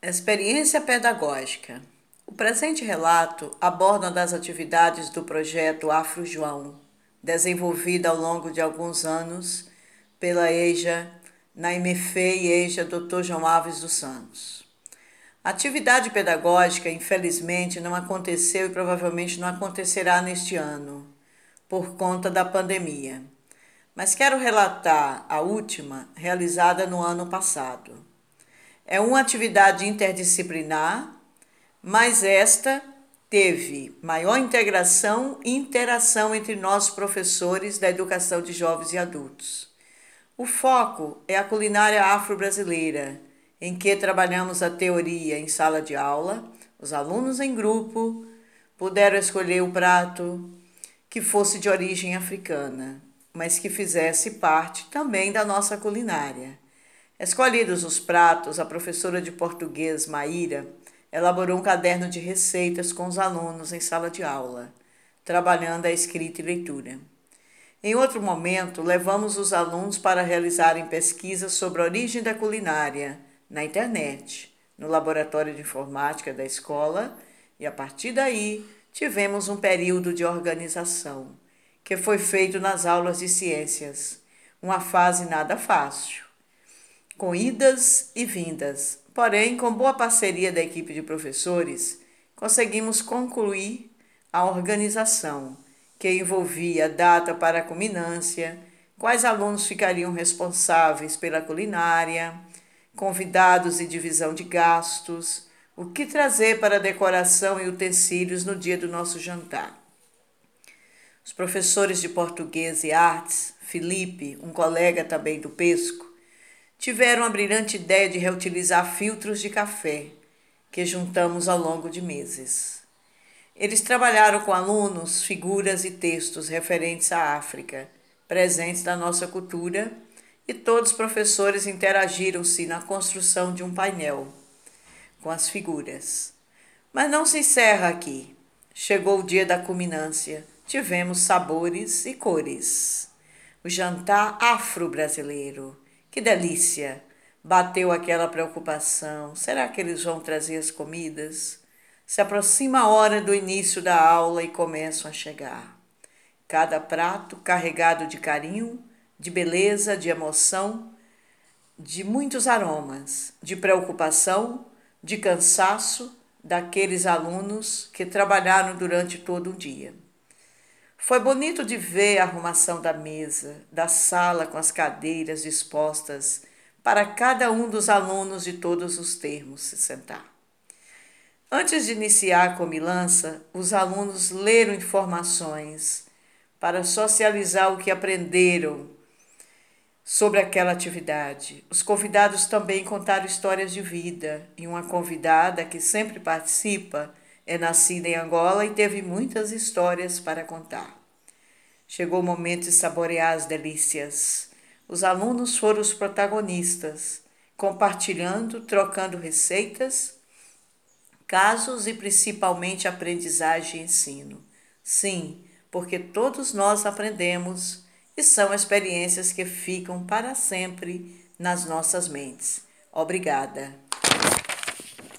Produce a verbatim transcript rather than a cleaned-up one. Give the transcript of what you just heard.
Experiência pedagógica. O presente relato aborda uma das atividades do projeto Afro João, desenvolvida ao longo de alguns anos pela EJA, na M F E e EJA doutor João Alves dos Santos. A atividade pedagógica, infelizmente, não aconteceu e provavelmente não acontecerá neste ano, por conta da pandemia. Mas quero relatar a última, realizada no ano passado. É uma atividade interdisciplinar, mas esta teve maior integração e interação entre nós professores da educação de jovens e adultos. O foco é a culinária afro-brasileira, em que trabalhamos a teoria em sala de aula, os alunos em grupo puderam escolher o prato que fosse de origem africana, mas que fizesse parte também da nossa culinária. Escolhidos os pratos, a professora de português, Maíra, elaborou um caderno de receitas com os alunos em sala de aula, trabalhando a escrita e leitura. Em outro momento, levamos os alunos para realizarem pesquisas sobre a origem da culinária na internet, no laboratório de informática da escola, e a partir daí tivemos um período de organização, que foi feito nas aulas de ciências, uma fase nada fácil, com idas e vindas. Porém, com boa parceria da equipe de professores, conseguimos concluir a organização, que envolvia data para a culminância, quais alunos ficariam responsáveis pela culinária, convidados e divisão de gastos, o que trazer para decoração e utensílios no dia do nosso jantar. Os professores de português e artes, Felipe, um colega também do Pesco, tiveram a brilhante ideia de reutilizar filtros de café, que juntamos ao longo de meses. Eles trabalharam com alunos figuras e textos referentes à África, presentes na nossa cultura, e todos os professores interagiram-se na construção de um painel com as figuras. Mas não se encerra aqui. Chegou o dia da culminância. Tivemos sabores e cores. O jantar afro-brasileiro. Que delícia! Bateu aquela preocupação. Será que eles vão trazer as comidas? Se aproxima a hora do início da aula e começam a chegar. Cada prato carregado de carinho, de beleza, de emoção, de muitos aromas, de preocupação, de cansaço daqueles alunos que trabalharam durante todo o dia. Foi bonito de ver a arrumação da mesa, da sala com as cadeiras dispostas para cada um dos alunos de todos os termos se sentar. Antes de iniciar a comilança, os alunos leram informações para socializar o que aprenderam sobre aquela atividade. Os convidados também contaram histórias de vida, e uma convidada que sempre participa é nascida em Angola e teve muitas histórias para contar. Chegou o momento de saborear as delícias. Os alunos foram os protagonistas, compartilhando, trocando receitas, casos e principalmente aprendizagem e ensino. Sim, porque todos nós aprendemos e são experiências que ficam para sempre nas nossas mentes. Obrigada.